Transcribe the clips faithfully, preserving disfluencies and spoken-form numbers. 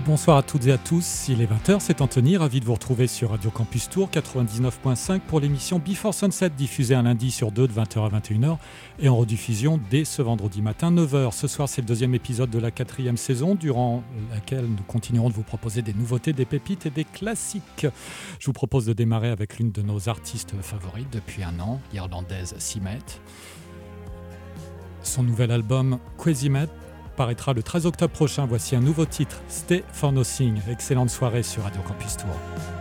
Bonsoir à toutes et à tous, il est vingt heures, c'est Anthony, ravi de vous retrouver sur Radio Campus Tour quatre-vingt-dix-neuf virgule cinq pour l'émission Before Sunset, diffusée un lundi sur deux de vingt heures à vingt et une heures et en rediffusion dès ce vendredi matin neuf heures. Ce soir, c'est le deuxième épisode de la quatrième saison, durant laquelle nous continuerons de vous proposer des nouveautés, des pépites et des classiques. Je vous propose de démarrer avec l'une de nos artistes favorites depuis un an, l'Irlandaise Simet. Son nouvel album Crazy Mad paraîtra le treize octobre prochain. Voici un nouveau titre, Stay for Nothing. Excellente soirée sur Radio Campus Tour.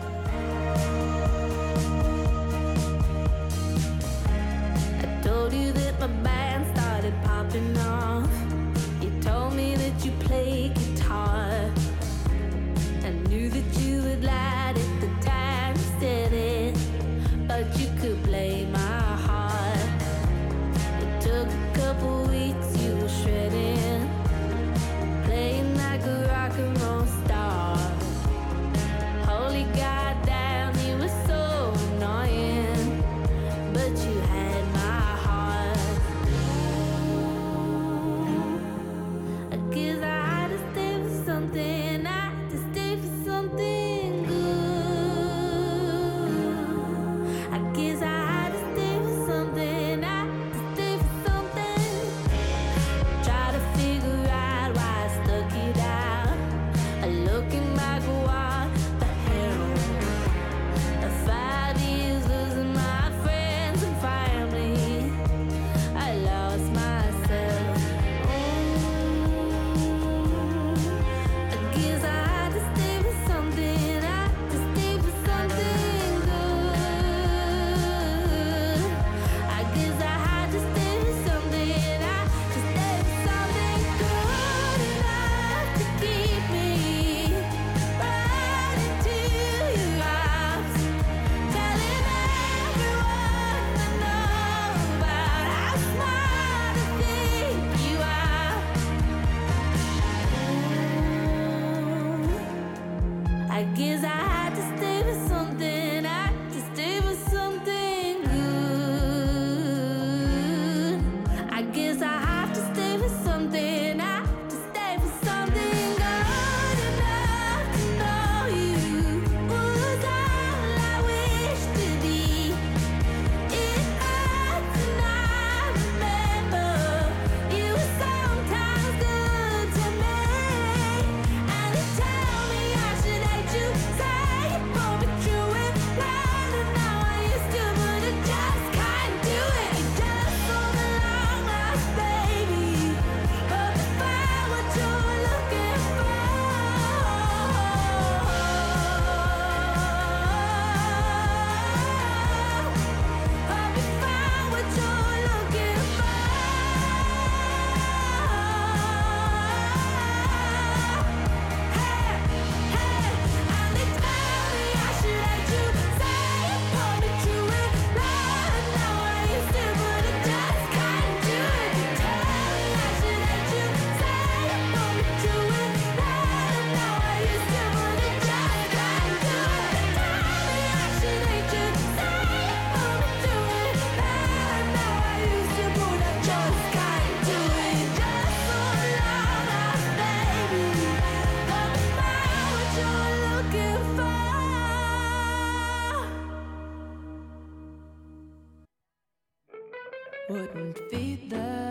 Wouldn't feed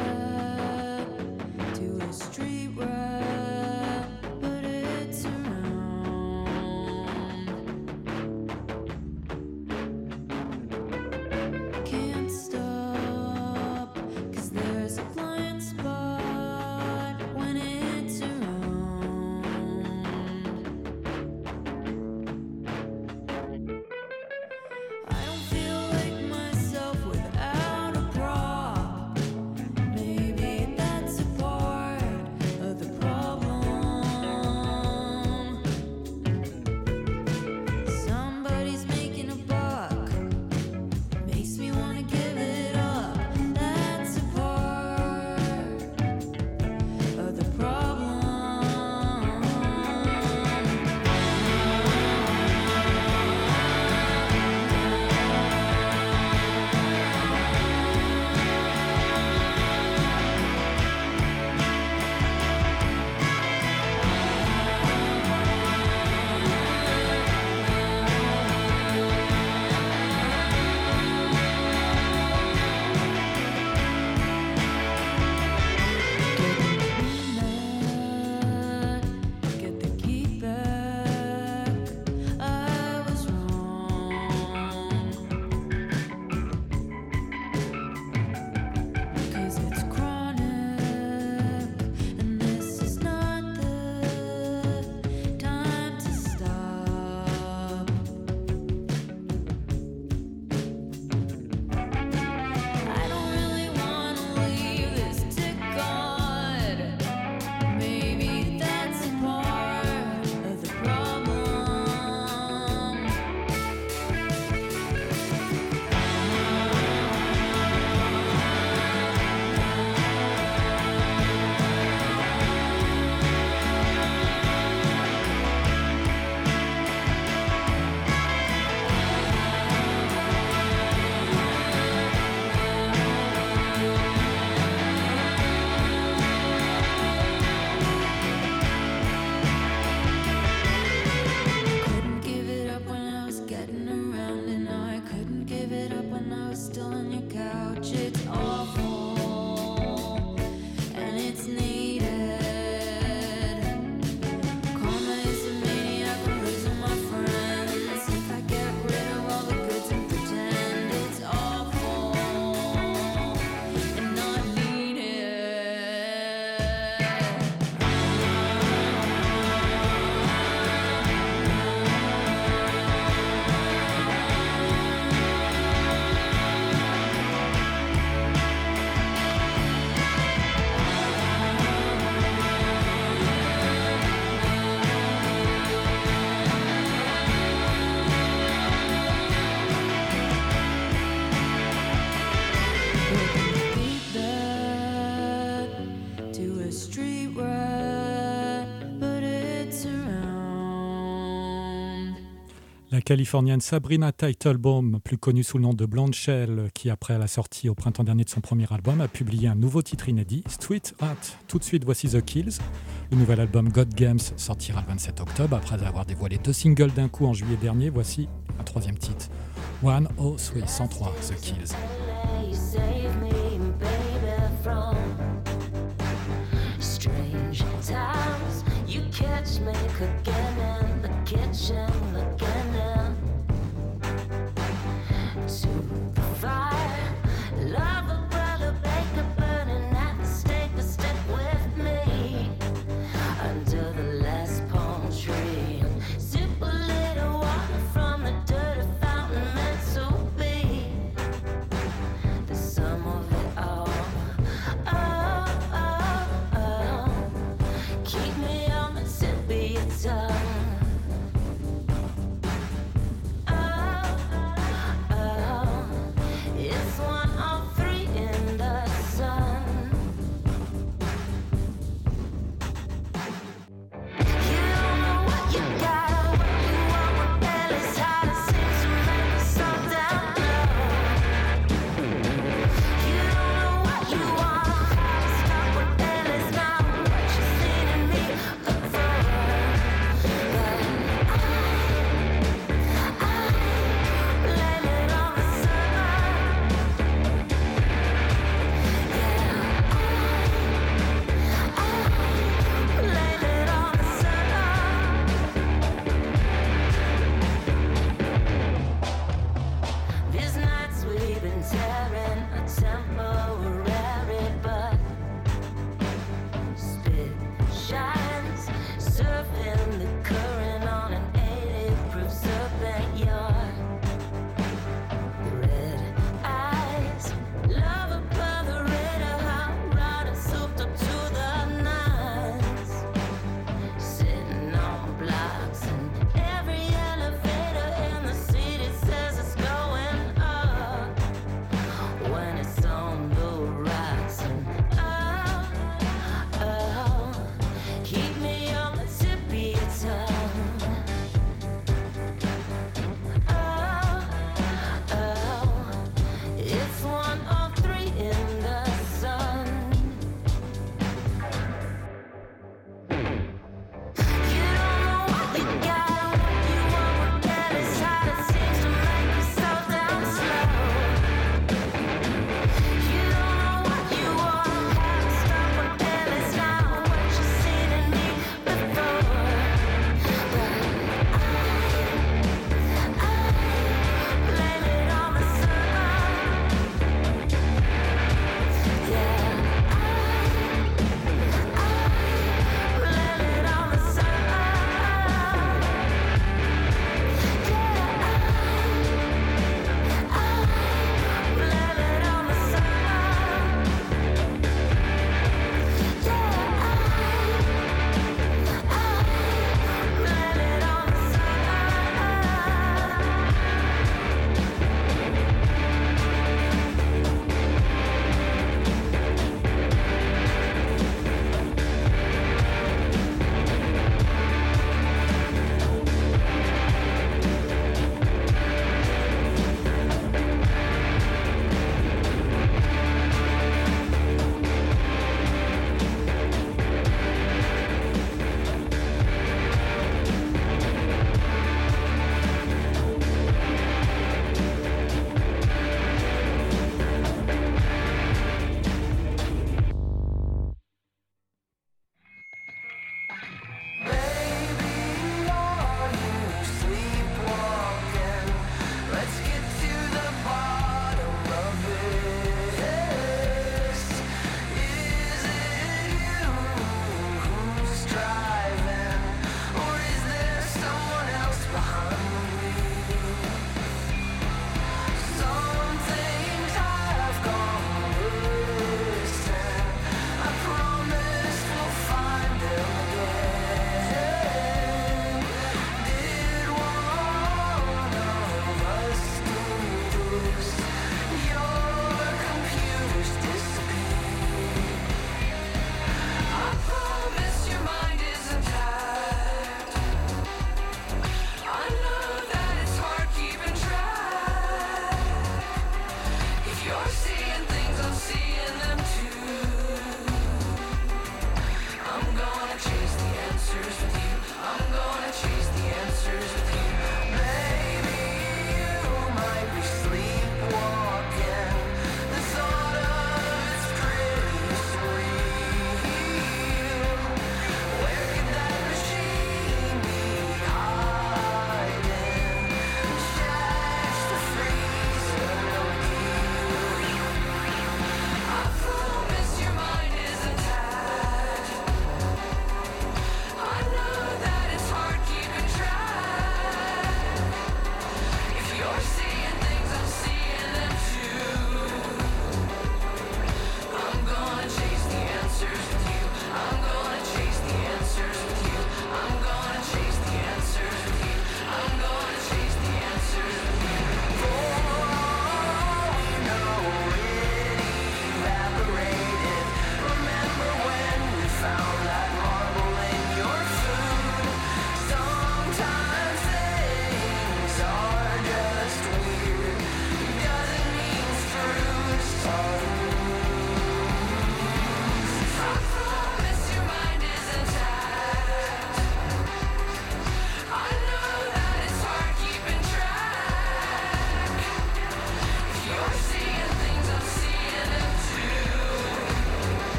that to a street rat, but it's around. Can't stop, 'cause there's a blind spot when it's around. I don't feel like myself without a prop. Maybe that's a part of the up when I was still on your couch. It's awful, and it's needed. Call me a maniac, I'm losing my friends. If I get rid of all the goods and pretend it's awful and not needed. Beat that to a street rat, but it's around. La Californienne Sabrina Teitelbaum, plus connue sous le nom de Blonde Shell, qui après la sortie au printemps dernier de son premier album, a publié un nouveau titre inédit, Street Rat. Tout de suite, voici The Kills. Le nouvel album God Games sortira le vingt-sept octobre. Après avoir dévoilé deux singles d'un coup en juillet dernier, voici un troisième titre, cent trois, cent trois, The Kills. You save me, baby, from strange times. You catch me cooking in the kitchen, looking into the fire. Love a brother, baker burning at the stake, but stick with me under the last palm tree. Sip a little water from the dirty fountain meant to be the sum of it all. Oh, oh, oh. Keep me on the tip of your tongue.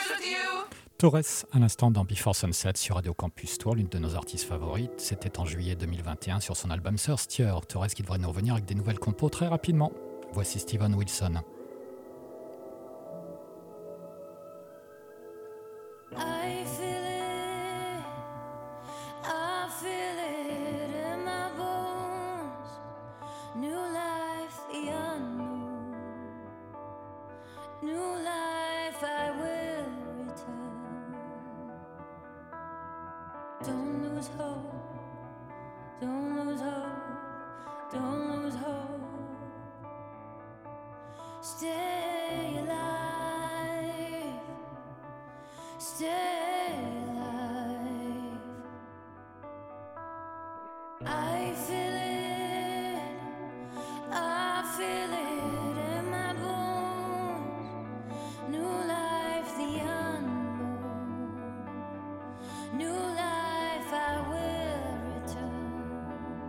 Torres, à l'instant dans Before Sunset sur Radio Campus Tour, l'une de nos artistes favorites. C'était en juillet deux mille vingt et un sur son album Thirstier. Torres qui devrait nous revenir avec des nouvelles compos très rapidement. Voici Steven Wilson. I feel it, I feel it in my bones. New life, the unknown. New life, I will return. Don't lose hope, don't lose hope, don't lose hope. Stay alive. Stay alive. I feel it, I feel it in my bones. New life, the unknown. New life, I will return.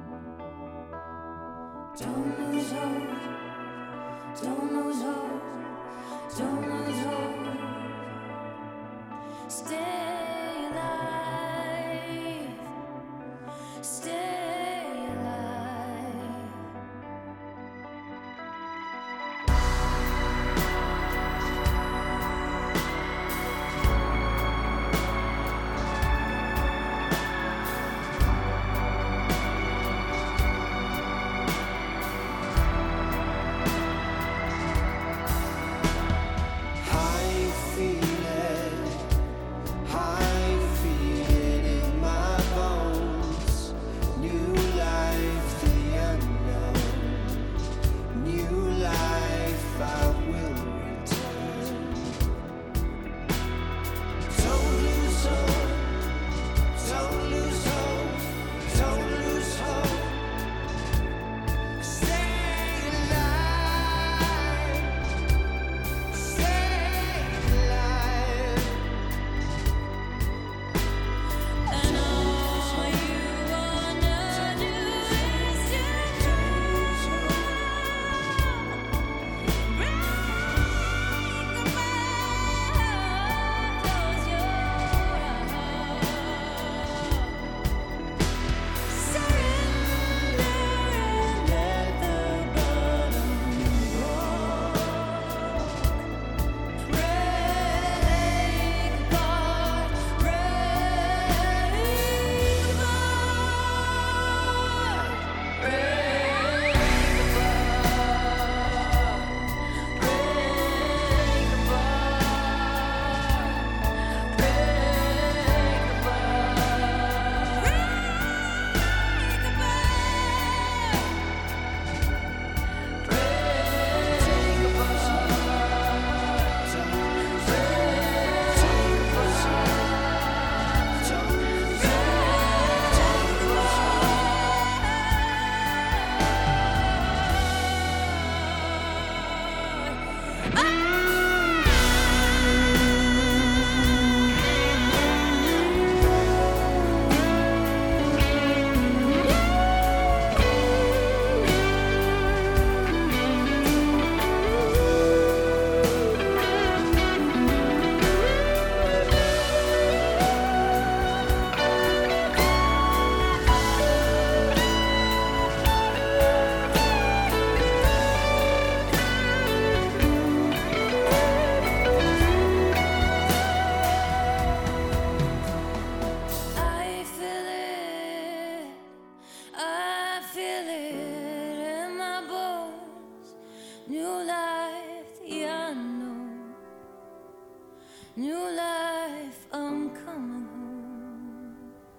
Don't lose hope, don't lose hope, don't lose hope. Stay alive, stay alive. I feel it, I feel it in my bones. New life, the unknown. New life, I will return. Don't lose hope, don't lose hope, don't lose hope. Stay alive. Stay alive. And all you wanna do is to close your eyes. Break the bell, close your eyes. Surrender and let the bottom roll. Break apart, break apart, break I feel it, I feel it in my bones. New life, the unknown. New life, I'm coming home.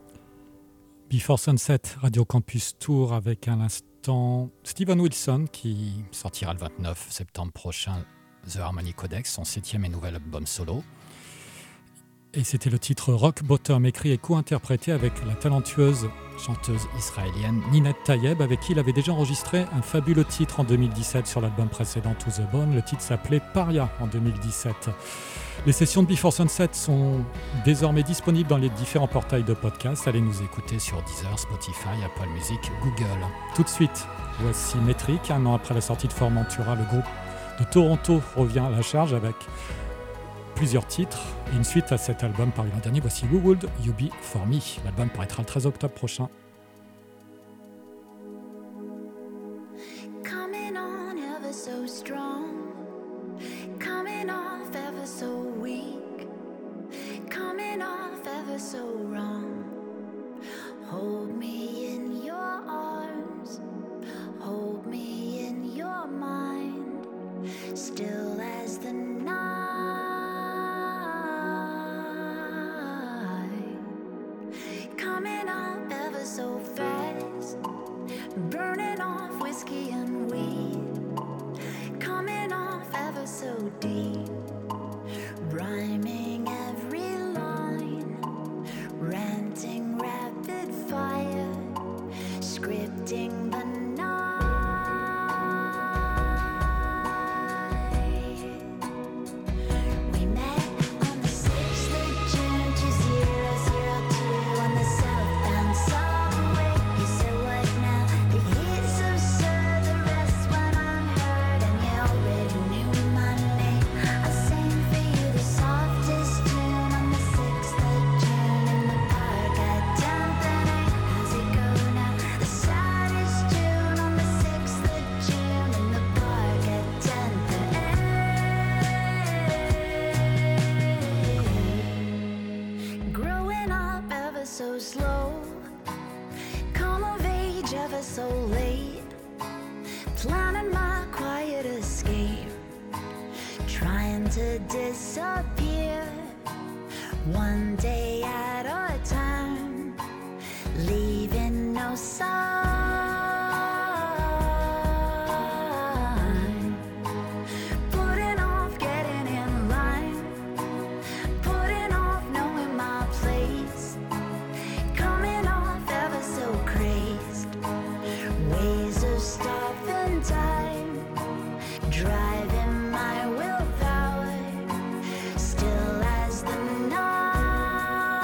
Before Sunset, Radio Campus Tour avec à l'instant Steven Wilson qui sortira le vingt-neuf septembre prochain The Harmony Codex, son septième et nouvel album solo. Et c'était le titre Rock Bottom, écrit et co-interprété avec la talentueuse chanteuse israélienne Ninette Tayeb, avec qui il avait déjà enregistré un fabuleux titre en deux mille dix-sept sur l'album précédent To The Bone. Le titre s'appelait Paria en deux mille dix-sept. Les sessions de Before Sunset sont désormais disponibles dans les différents portails de podcast. Allez nous écouter sur Deezer, Spotify, Apple Music, Google. Tout de suite, voici Metric. Un an après la sortie de Formentura, le groupe de Toronto revient à la charge avec plusieurs titres et une suite à cet album paru l'an dernier. Voici Who Would You Be For Me. L'album paraîtra le treize octobre prochain. Coming on ever so strong, coming off ever so weak, coming off ever so wrong. Hold me in your arms, hold me in your mind, still as the night, coming up ever so fast, burning off whiskey and weed, coming off ever so deep, rhyming every line, ranting rapid fire, scripting the night. We met on the sixth of June, two thousand two, on the southbound subway. You said what now? The heat's absurd, the rest went unheard, and you already knew my name. I sang for you the softest tune on the sixth of June in the park at tenth and eight. How's it go now? The saddest tune on the sixth of June in the park at tenth and eight. Growing up ever so slow, come of age ever so late, planning my quiet escape, trying to disappear one day at a time, leaving no sign, putting off getting in line, putting off knowing my place, coming off ever so crazed, ways of stopping time, driving my willpower, still as the night.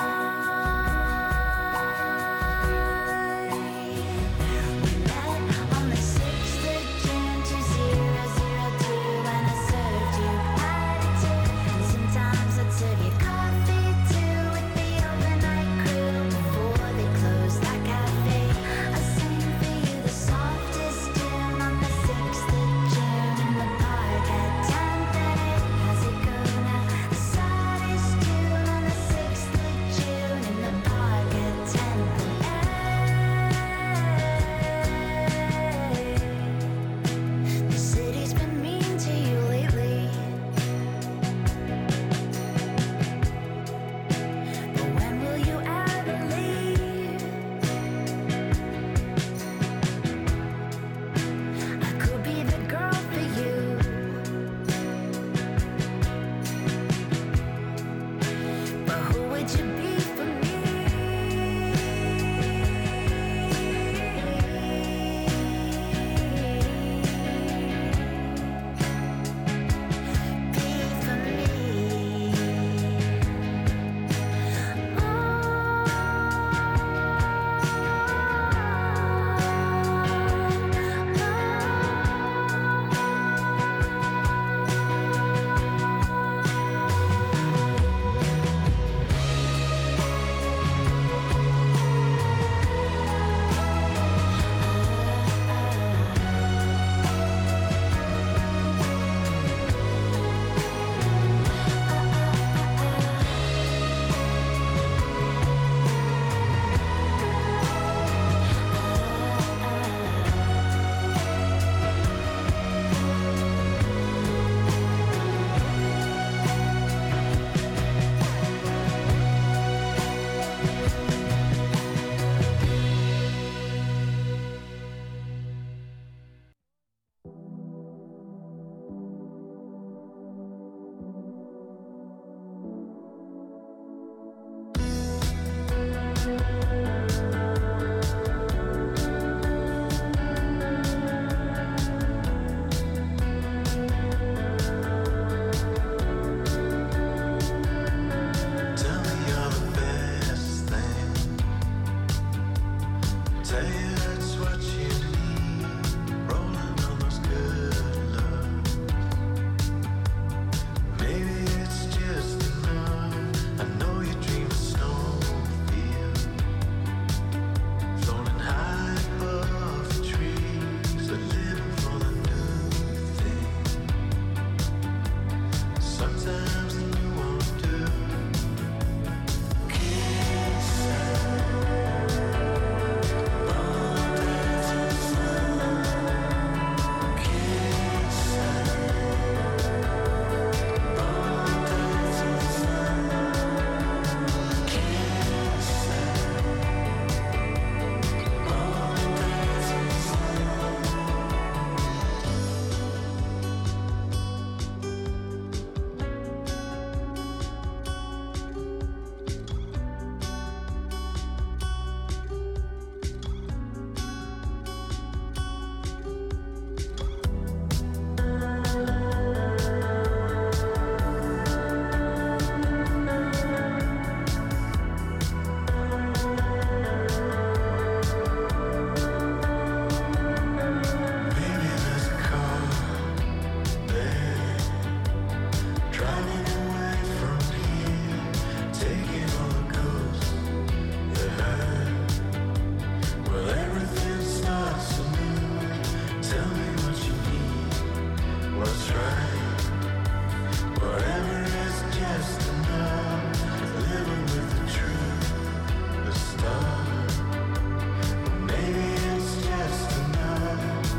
taking on a ghost. Yeah. Well, everything starts anew. Tell me what you need, what's right. Whatever is just enough. Living with the truth, the stuff. Maybe it's just enough.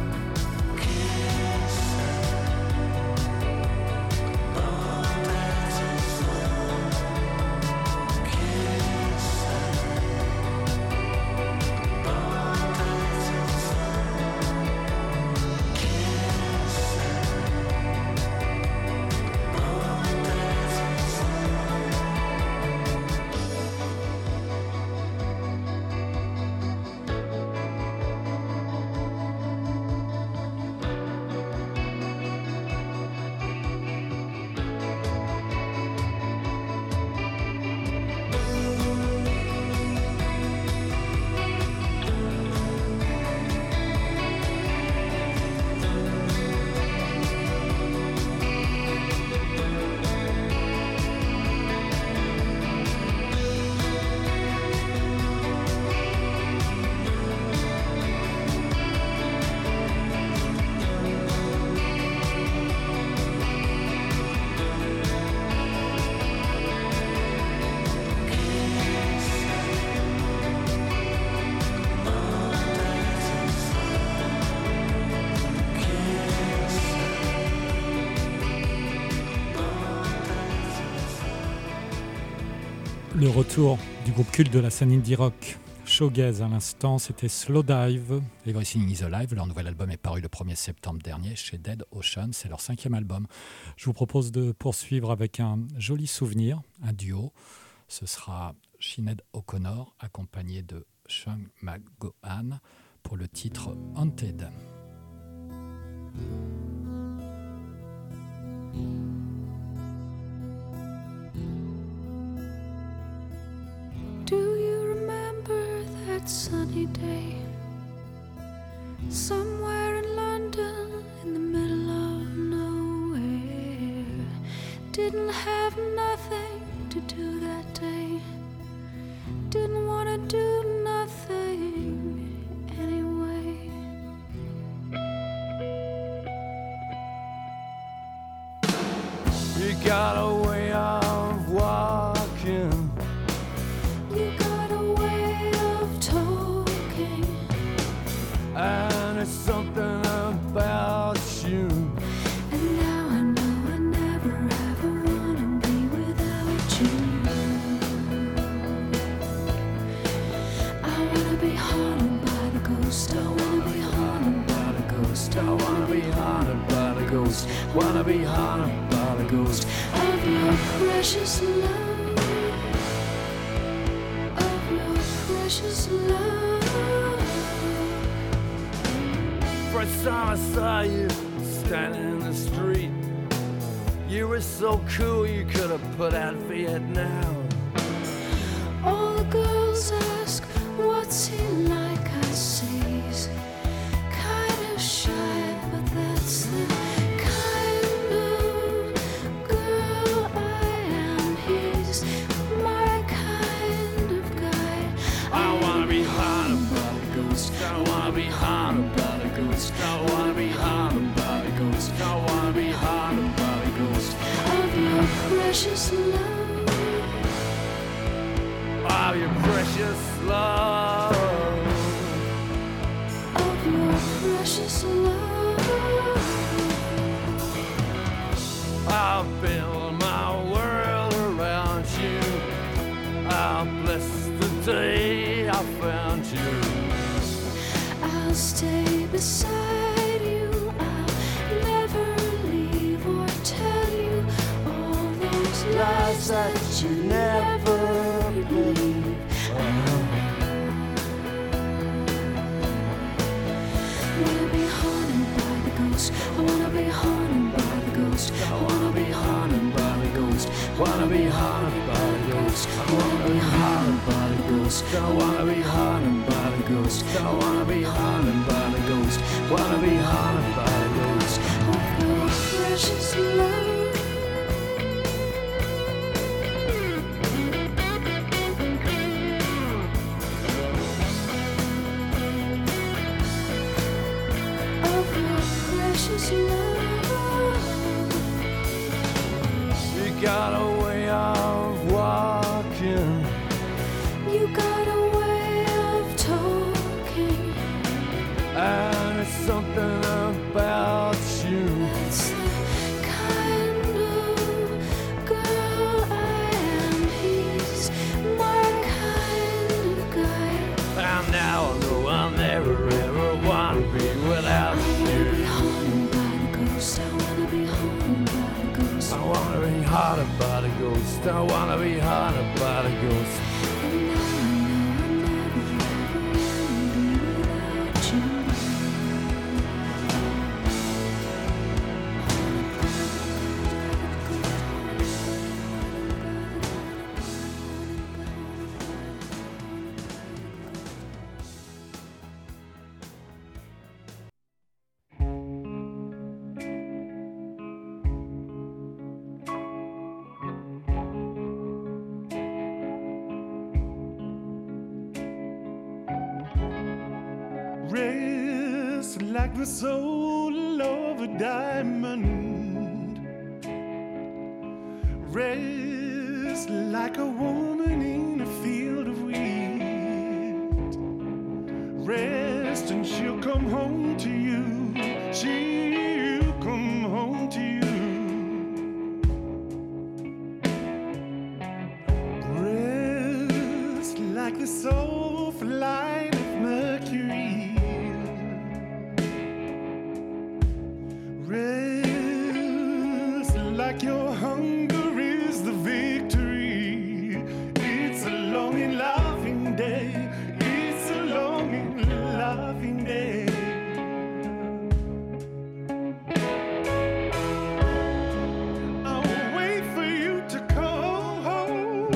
Kiss. Oh, that's it slow. Kiss. Oh, that's it slow. Kiss. Oh, that's it slow. Le retour du groupe culte de la scène indie rock shoegaze à l'instant, c'était Slow Dive. Everything is Alive, leur nouvel album est paru le premier septembre dernier chez Dead Ocean, c'est leur cinquième album. Je vous propose de poursuivre avec un joli souvenir, un duo. Ce sera Sinead O'Connor accompagné de Sean McGowan pour le titre Haunted. Do you remember that sunny day? Somewhere in London, in the middle of nowhere. Didn't have nothing to do that day. Didn't want to do nothing anyway. You got a way of walking. You got a way of talking. And it's something about you. And now I know I never ever wanna be without you. I wanna be haunted by the ghost. I wanna be haunted by the ghost. I wanna be haunted by the ghost. Wanna be haunted by the ghost. Of your precious love. Of your precious love. First time I saw you standing in the street, you were so cool you could have put out Vietnam. All the girls ask, what's he like? I say he's kind of shy, but that's the kind of girl I am. He's my kind of guy. I wanna be haunted by the ghost. I wanna be haunted by the ghost. I wanna be haunted by the ghost. I wanna be haunted by the ghost. Of your precious love. Of your precious love. Of your precious love. I'll build my world around you. I'll bless the day I found you. I'll stay beside you. I'll never leave or tell you all those lies that you never believe. Wanna be haunted by the ghost. I wanna be haunted by the ghost. I wanna be haunted by the ghost. Wanna be haunted by the ghost. I wanna be haunted by the ghost. I wanna be haunted by the ghost. I wanna be haunted by the ghost. Wanna be haunted by the ghost. Of your precious love. I wanna be haunted by the ghost. And now I know I never ever wanna be without you. Rest like the soul of a diamond. Rest like a woman in a field of wheat. Rest and she'll come home to you. She'll come home to you. Rest like the soulful light of Mercury. Rest like your hunger is the victory. It's a long and loving day. It's a long and loving day. I'll wait for you to come home.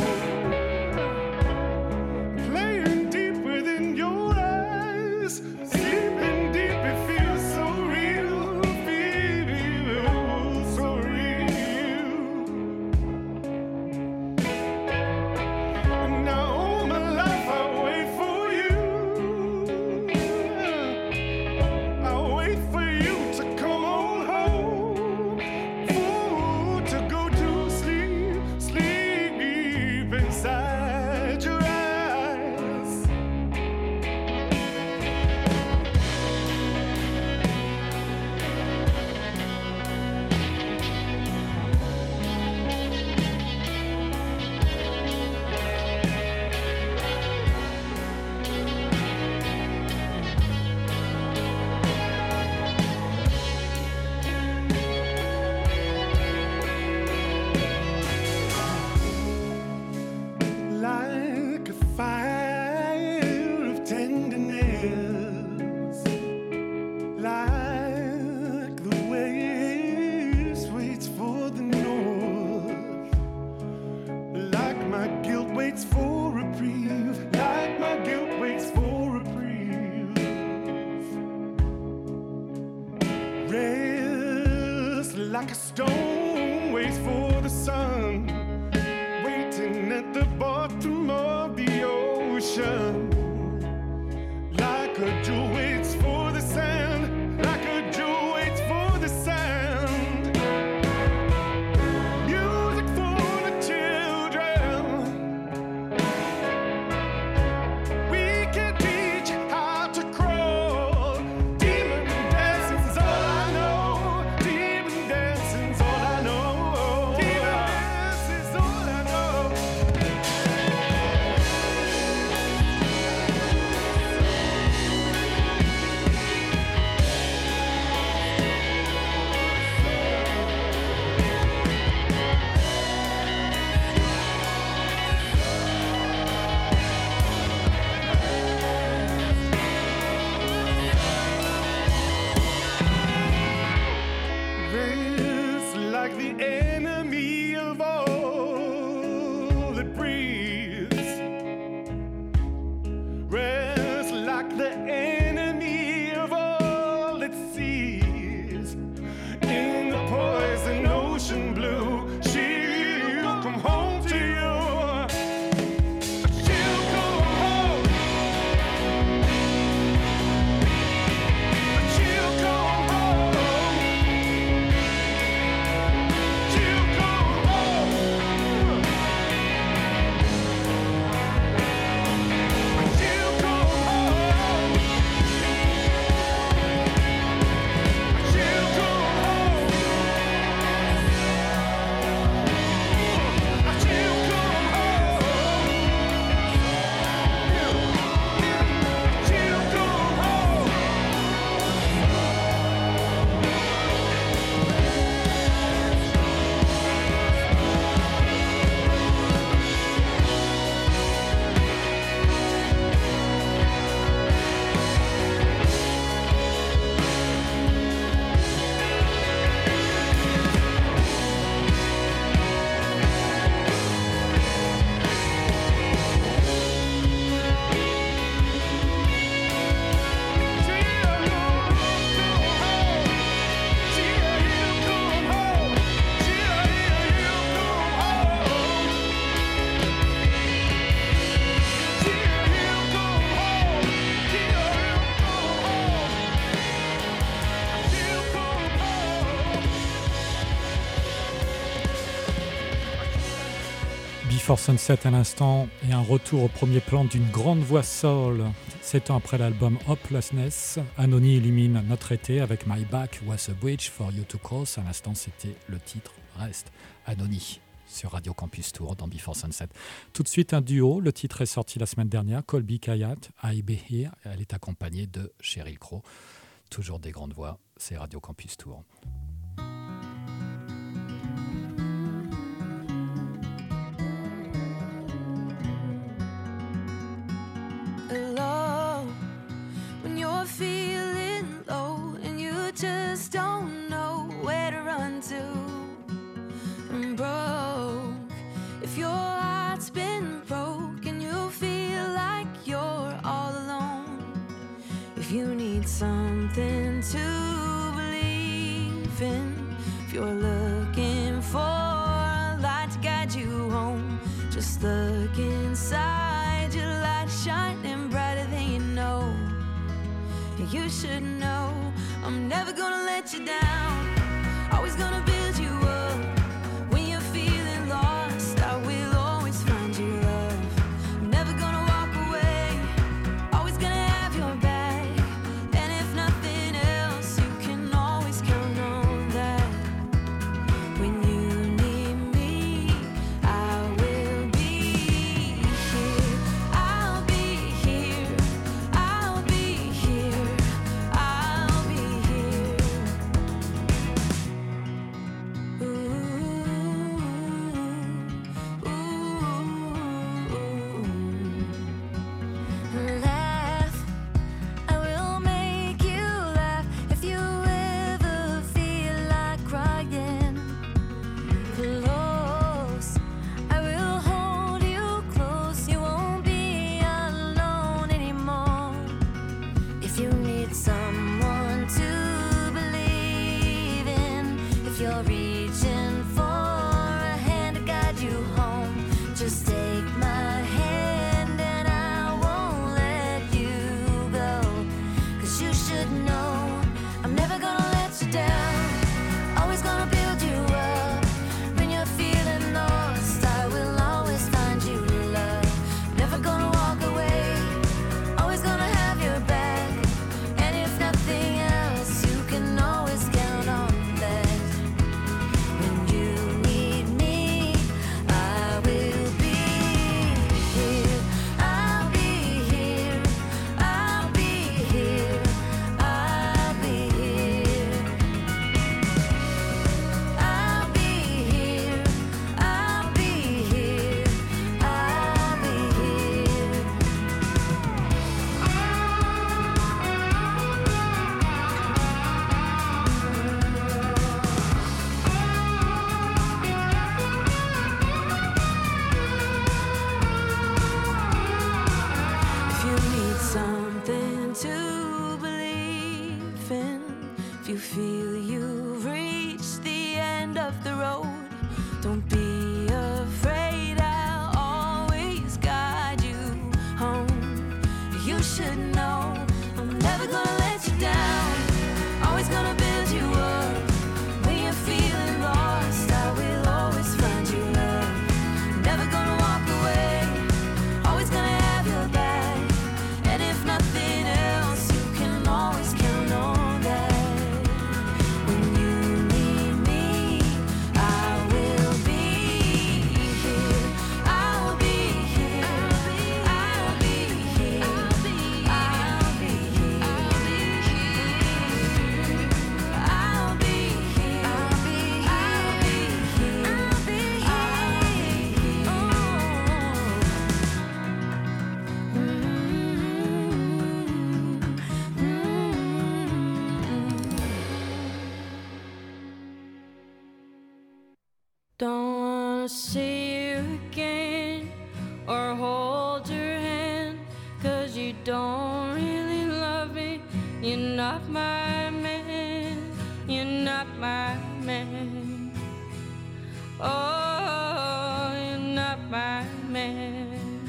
Playing deep within your eyes. Sleeping deep, it feels so real. Feels so real. And now all my life I'll wait for you. I'll wait for you to come on home. For to go to sleep, sleep inside your eyes. Like a fire of tenderness, like the waves waits for the north, like my guilt waits for reprieve, like my guilt waits for reprieve. Rest like a stone waits for the sun, waiting at the bottom of the ocean. Like a jewel waits for the sand, like a jewel waits for the sand. Music for the children. We can teach how to crawl. Demon dancing's all I know. Demon dancing's all I know. Demon dancing's all I know. Before Sunset à l'instant et un retour au premier plan d'une grande voix soul. Sept ans après l'album Hopelessness, Anony illumine notre été avec My Back Was a Bridge for You to Cross. À l'instant, c'était le titre Reste. Anony sur Radio Campus Tour dans Before Sunset. Tout de suite un duo, le titre est sorti la semaine dernière, Colby Kayat, I Be Here. Elle est accompagnée de Sheryl Crow. Toujours des grandes voix, c'est Radio Campus Tour. Low when you're feeling low and you just don't know where to run to. And broke if your heart's been broke and you feel like you're all alone. If you need something to believe in, if you're looking for a light to guide you home, just look inside your light shining brighter than you know. You should know I'm never gonna let you down, always gonna build you up. When you're feeling lost, I will always find you love. I'm never gonna walk away, always gonna have your back. And if nothing else, you can always count on that. When you need me, I will be here. I'll be here. I'll be here. I'll be here. Ooh, ooh. Laugh. I will make you laugh if you ever feel like crying. Close, I will hold you close. You won't be alone anymore. If you need someone to believe in, if you're reaching for a hand to guide you home, just take my hand and I won't let you go. 'Cause you should know I'm never gonna let you down, always gonna build you up. When you're feeling lost, I will always find you love. Never gonna walk away, always gonna have your back. And if nothing else, you can always count on that. When you need me, I will be here. I'll be here. I'll be here. I'll be here. I'll be here. I'll be here. I'll be here. If you need something to believe in, if you feel you've reached the end of the road, don't be afraid, I'll always guide you home. You should know I'm never gonna let you down, always gonna build you up. When you're feeling lost, I will always find you love. Never gonna walk away, always gonna have your back. And if nothing else, you can always count on that. When you need me, I will be here. I'll be here. I'll be here. I'll be here. I'll be here. I'll be here. I'll be here. I'll be here. Don't wanna see you again or hold your hand, 'cause you don't really love me. You're not my man. You're not my man. Oh, you're not my man.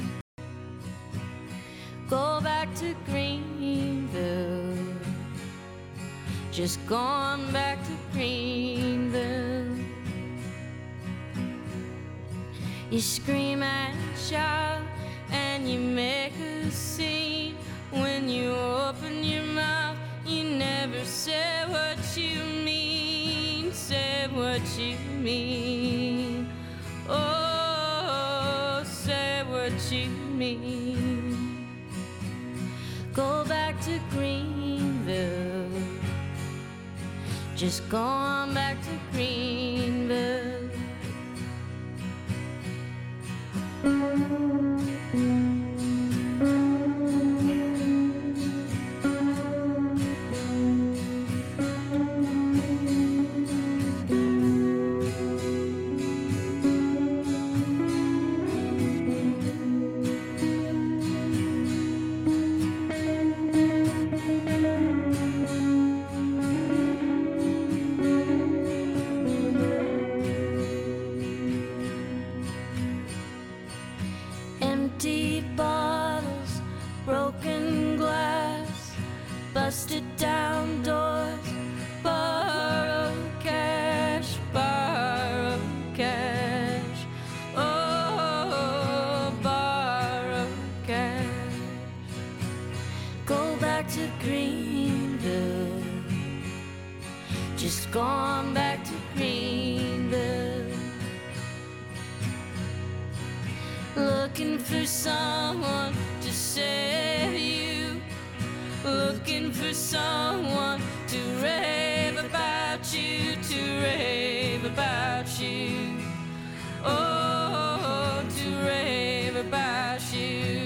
Go back to Greenville. Just gone back to Greenville. You scream and shout and you make a scene. When you open your mouth, you never say what you mean. Say what you mean. Oh, say what you mean. Go back to Greenville. Just go on back to Greenville. Empty bottles, broken glass, busted down doors, borrowed cash, borrowed cash, oh, borrowed cash. Go back to Greenville, just go on back to Greenville. Looking for someone to save you. Looking for someone to rave about you, to rave about you. Oh, to rave about you.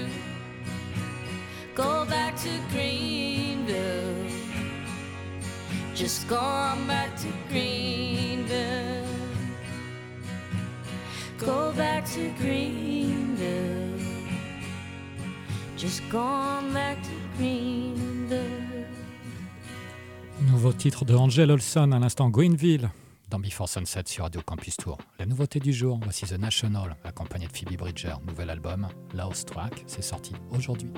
Go back to Greenville. Just go on back to Greenville. Go back to Greenville. Just go on back to Greenville. Nouveau titre de Angel Olson, à l'instant Greenville, dans Before Sunset sur Radio Campus Tour. La nouveauté du jour, voici The National, accompagné de Phoebe Bridger. Nouvel album, Lost Track, c'est sorti aujourd'hui.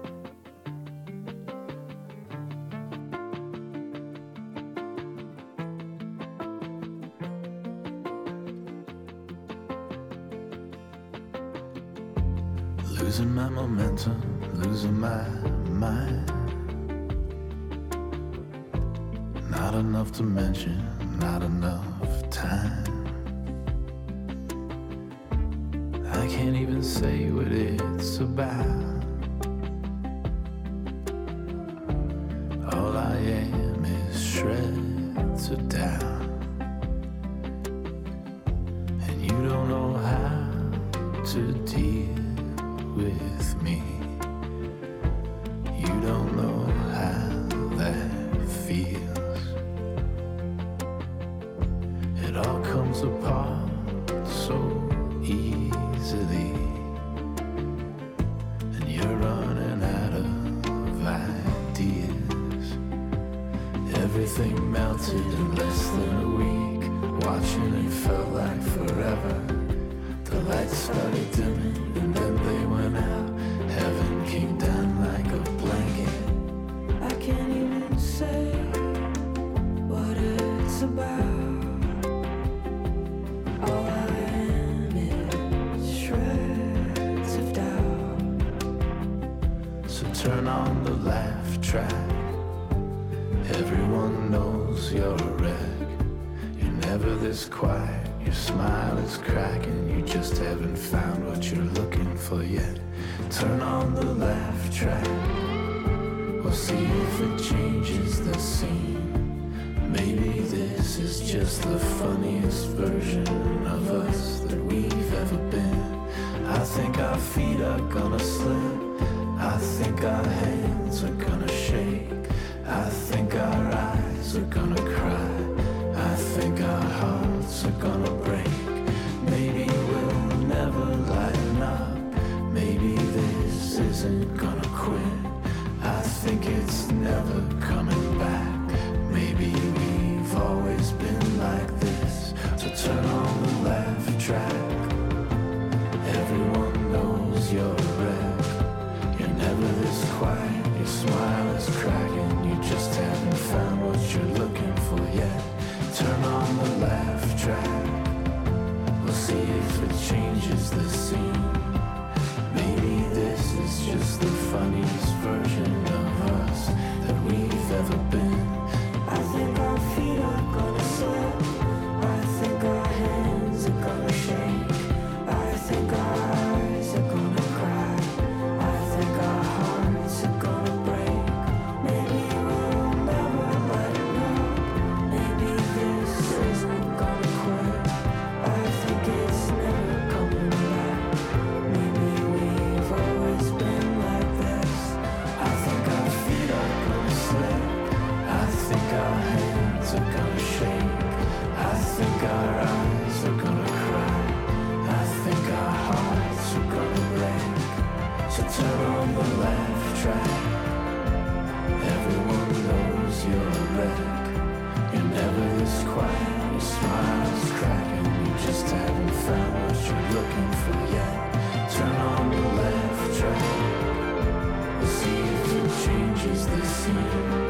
Losing my momentum, losing my mind. Not enough to mention, not enough time. I can't even say what it's about. All I am is shreds of doubt. And you don't know how to deal with me. You don't know how that feels. It all comes apart so easily, and you're running out of ideas. Everything melted in less than a week. Watching it felt like forever. The lights started dimming and then they went out. Heaven came down like a blanket. I can't even say what it's about. All I am is shreds of doubt. So turn on the laugh track. Everyone knows you're a wreck. You're never this quiet. Your smile is cracking, you just haven't found what you're looking for yet. Turn on the laugh track, we'll see if it changes the scene. Maybe this is just the funniest version of us that we've ever been. I think our feet are gonna slip, I think our hands are gonna shake, I think our eyes are gonna cry, I think our hearts are gonna break. Maybe we'll never lighten up. Maybe this isn't gonna quit. I think it's never coming back. Maybe we've always been like this. So turn on the laugh track. Everyone knows you're a wreck. You're never this quiet. Your smile is cracking. You just haven't found what you're looking for yet. Turn on the laugh track. We'll see if it changes the version of us that we've ever been. I think our feet are gonna slip. I think our hands are gonna shake. I think our eyes are gonna cry. I think our hearts are gonna break. Maybe we'll never let it know. Maybe this isn't gonna quit. I think it's never coming back. Maybe we've always been like this. I think our feet are gonna slip. I think our hands are gonna shake. I think our eyes are gonna cry. I think our hearts are gonna break. So turn on the laugh track. Everyone knows you're a wreck. You're never this quiet. Your smile's cracking. You just haven't found what you're looking for yet. Turn on the laugh track. We'll see if it changes the scene.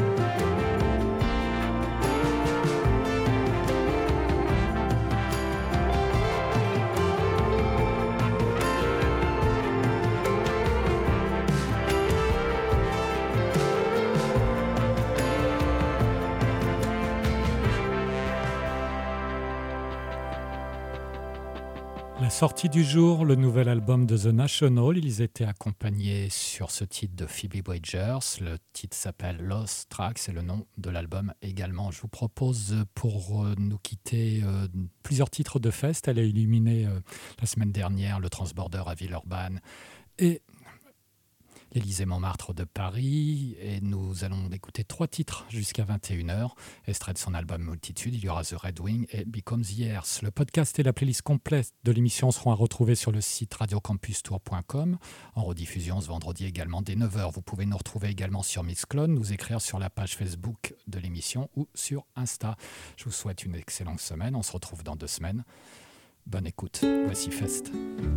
La sortie du jour, le nouvel album de The National. Ils étaient accompagnés sur ce titre de Phoebe Bridgers. Le titre s'appelle Lost Tracks, c'est le nom de l'album également. Je vous propose pour nous quitter euh, plusieurs titres de fest. Elle a illuminé euh, la semaine dernière le Transborder à Villeurbanne et l'Élysée-Montmartre de Paris. Et nous allons écouter trois titres jusqu'à vingt et une heures. Extrait de son album Multitude, il y aura The Red Wing et Becomes Years. Le podcast et la playlist complète de l'émission seront à retrouver sur le site radio campus tour point com. En rediffusion ce vendredi également dès neuf heures. Vous pouvez nous retrouver également sur Mixclone, nous écrire sur la page Facebook de l'émission ou sur Insta. Je vous souhaite une excellente semaine. On se retrouve dans deux semaines. Bonne écoute. Voici Fest.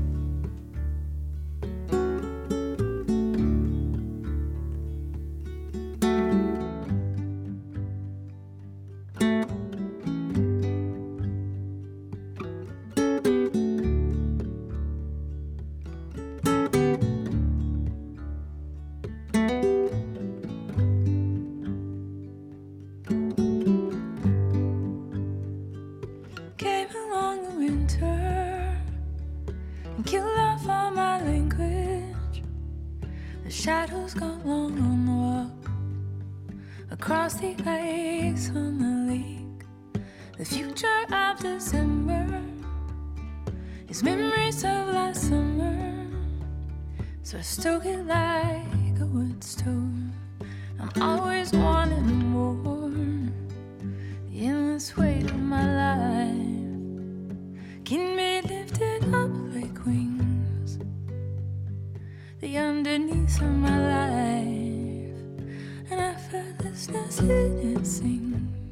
Came along the winter and killed off all my language. The shadows got long on the walk across the ice on the lake. The future of December is memories of last summer. So I stoke it like a wood stove. I'm always wanting more. The endless weight of my life can be lifted up like wings. The underneath of my life, and I felt this in it sings.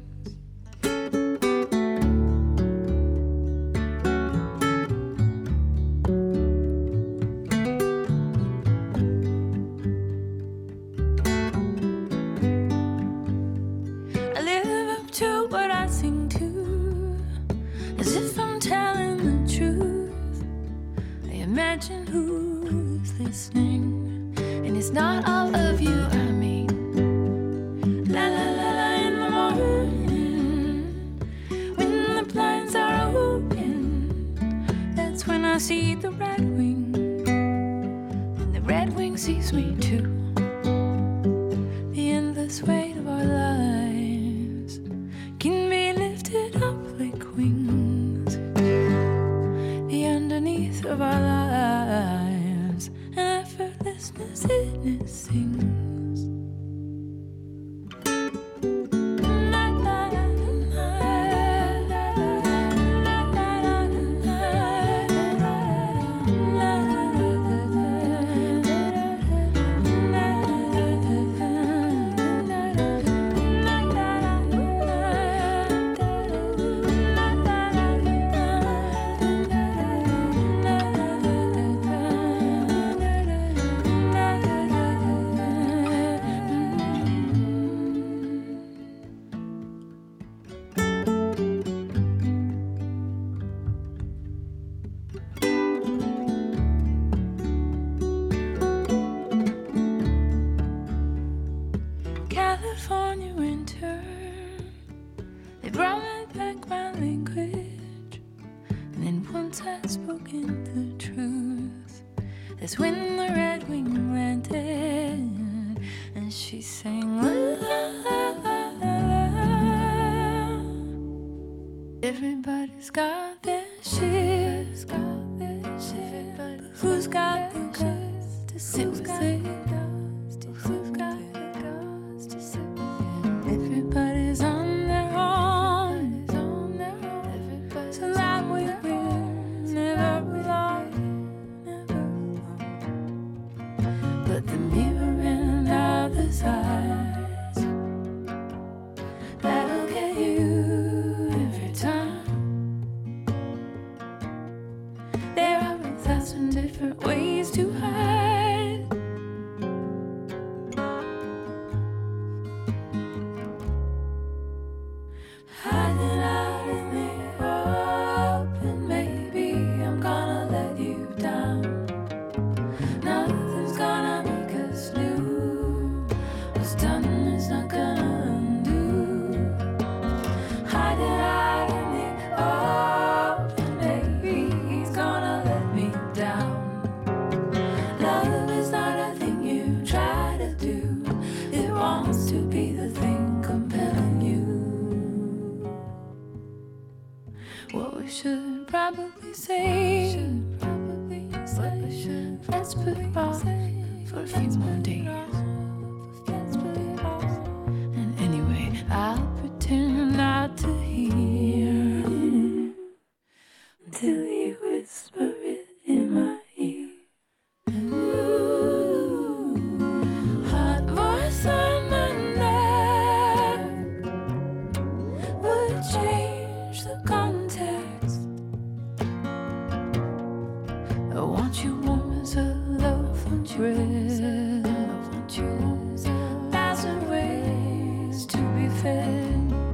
I live up to what I sing to, as if I'm telling the truth. I imagine who's listening, and it's not all of you I mean. La la la la in the morning, when the blinds are open, that's when I see the red wing, and the red wing sees me too. The endless weight of our lives can be lifted up like wings. The underneath of our lives, and effortlessness in it sings. That's when the red wing landed, and she sang la la la la la. Everybody's got their shit, got their shit, but who's got the guts to sit with it? Who's got the guts to sit with it? Everybody's on their own, so that we will never belong, never belong. But the mirror and others' eyes, that'll get you every time. There are a thousand different ways to hide. Hiding out in the open, maybe I'm gonna let you down. Nothing's gonna make us new. What's done is not gonna undo. Hiding out in the open, maybe he's gonna let me down. Love is not a thing you try to do. It wants to be the thing compelling you. What we should probably say, should probably say, we should let's put it off for a few more days. Let's put it off. And anyway, I'll pretend not to hear until you whisper it in my ear. Ooh, hot voice on my neck would change the context. I want you warm as a loaf on bread. I want you a thousand ways to be fed.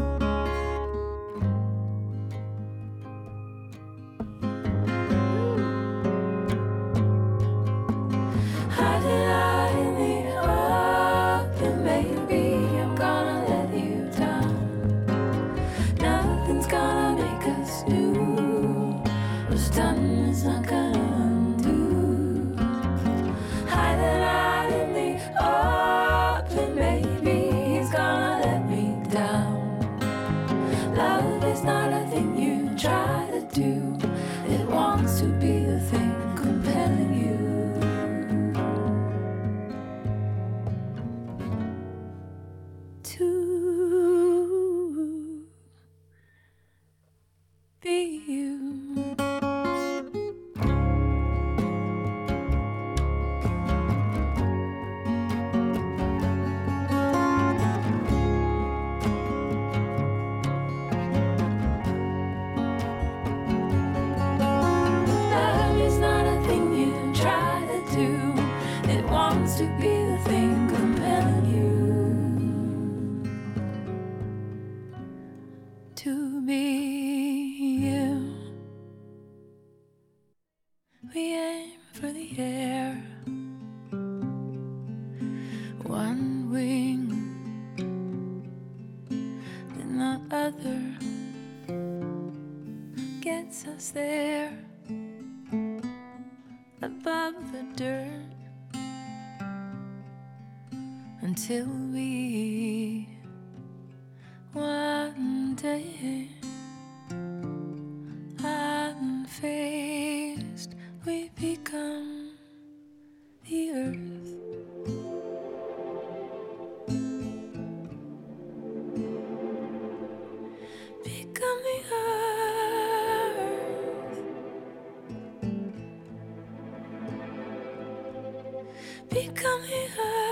Hiding out in the open, maybe I'm gonna let you down. Nothing's gonna make us new. What's done is not gonna undo. Hiding out in the open, maybe he's gonna let me down. Love is not a thing you try to do. It wants to be the thing compelling you. To be you. Love is not a thing you try to do. It wants to be the thing compelling you. To be you. We aim for the air. One wing, then the other gets us there. Above the dirt, until we one day unfazed we become the earth. Become the earth. Become the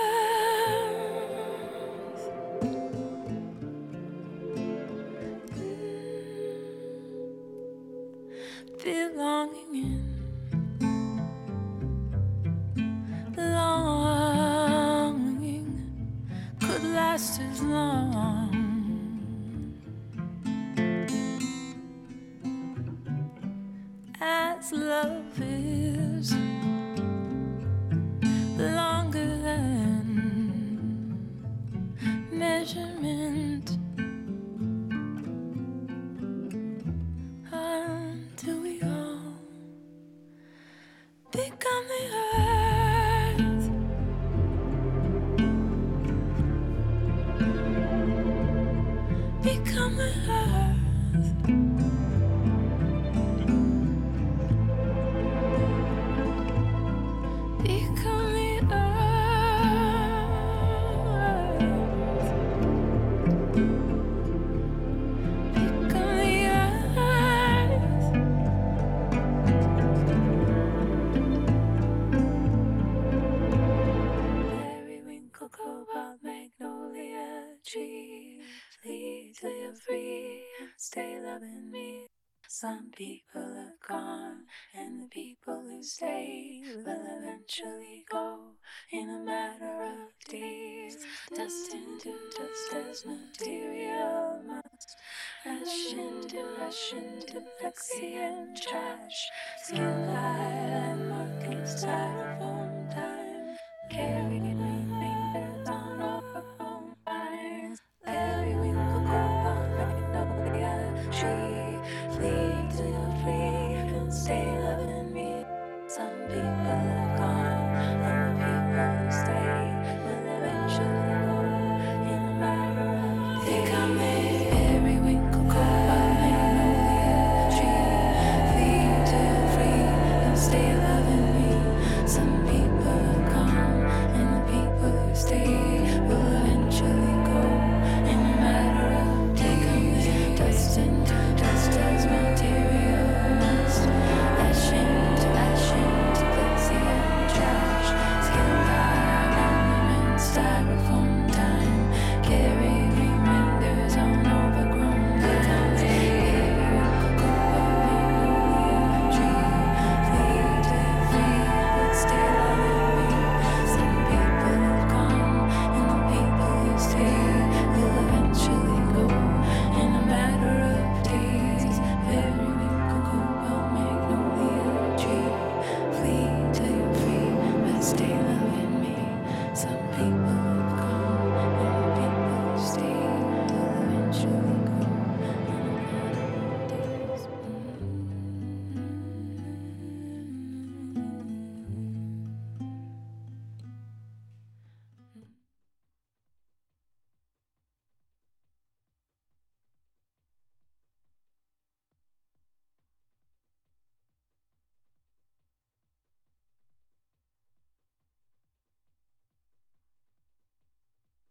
earth. Mm. Belonging in, longing could last as long as love is. Longer than measurement, until we all become the earth. Some people are gone, and the people who stay will eventually go in a matter of days. Dust into dust as material must. Ash into ash into plexi and trash. Skin high landmark inside